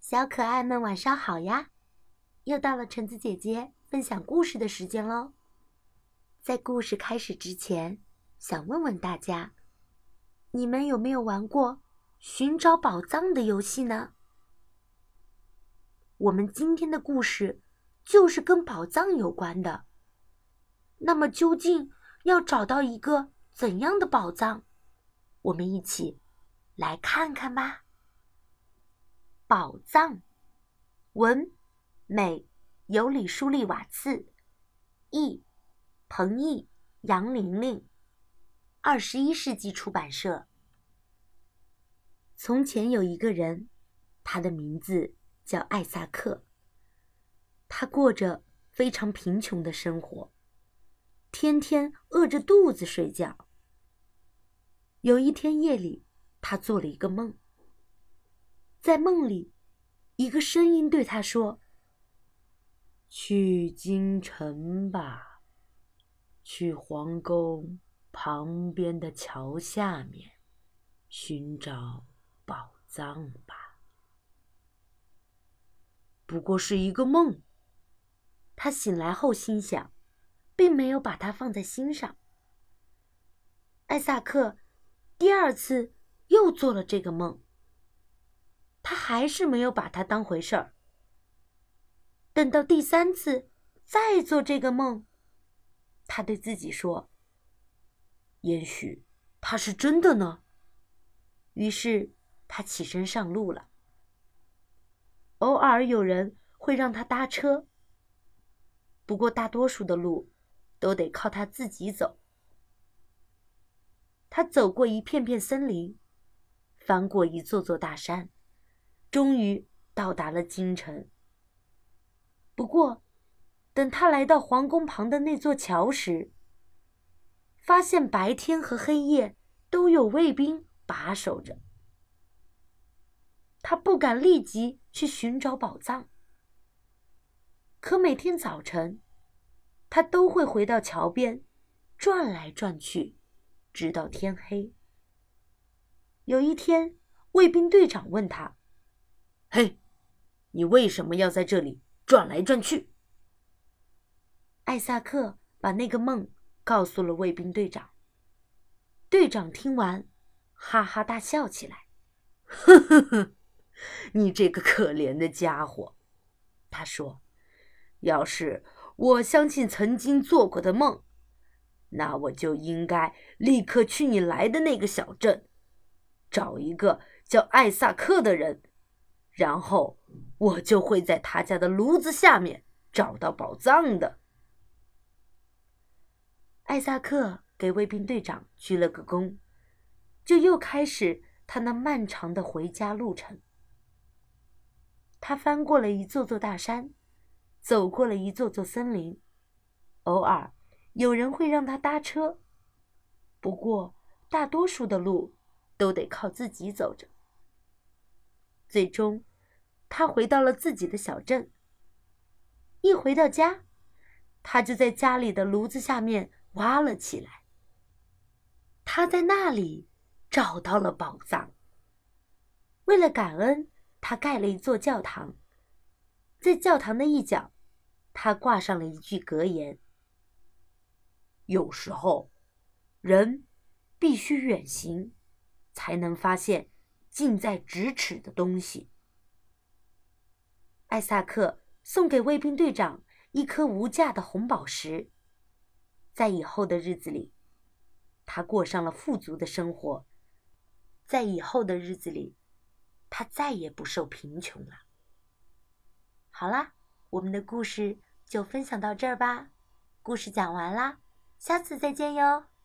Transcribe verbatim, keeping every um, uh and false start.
小可爱们晚上好呀！又到了橙子姐姐分享故事的时间喽。在故事开始之前，想问问大家，你们有没有玩过寻找宝藏的游戏呢？我们今天的故事就是跟宝藏有关的。那么究竟要找到一个怎样的宝藏？我们一起来看看吧。宝藏，文美尤里舒利瓦茨，译彭毅、杨玲玲，二十一世纪出版社。从前有一个人，他的名字叫艾萨克。他过着非常贫穷的生活，天天饿着肚子睡觉。有一天夜里，他做了一个梦。在梦里，一个声音对他说：去京城吧，去皇宫旁边的桥下面寻找宝藏吧。不过是一个梦。他醒来后心想，并没有把它放在心上。艾萨克第二次又做了这个梦，他还是没有把它当回事儿。等到第三次再做这个梦，他对自己说：也许它是真的呢。于是他起身上路了。偶尔有人会让他搭车，不过大多数的路都得靠他自己走。他走过一片片森林，翻过一座座大山，终于到达了京城。不过等他来到皇宫旁的那座桥时，发现白天和黑夜都有卫兵把守着。他不敢立即去寻找宝藏，可每天早晨他都会回到桥边转来转去，直到天黑。有一天，卫兵队长问他：嘿，你为什么要在这里转来转去？艾萨克把那个梦告诉了卫兵队长。队长听完哈哈大笑起来。呵呵呵，你这个可怜的家伙，他说，要是我相信曾经做过的梦，那我就应该立刻去你来的那个小镇，找一个叫艾萨克的人，然后我就会在他家的炉子下面找到宝藏的。艾萨克给卫兵队长鞠了个躬，就又开始他那漫长的回家路程。他翻过了一座座大山，走过了一座座森林，偶尔有人会让他搭车，不过大多数的路都得靠自己走着。最终他回到了自己的小镇。一回到家，他就在家里的炉子下面挖了起来。他在那里找到了宝藏。为了感恩，他盖了一座教堂。在教堂的一角，他挂上了一句格言：有时候人必须远行，才能发现近在咫尺的东西。艾萨克送给卫兵队长一颗无价的红宝石。在以后的日子里，他过上了富足的生活。在以后的日子里，他再也不受贫穷了。好啦，我们的故事就分享到这儿吧。故事讲完啦，下次再见哟。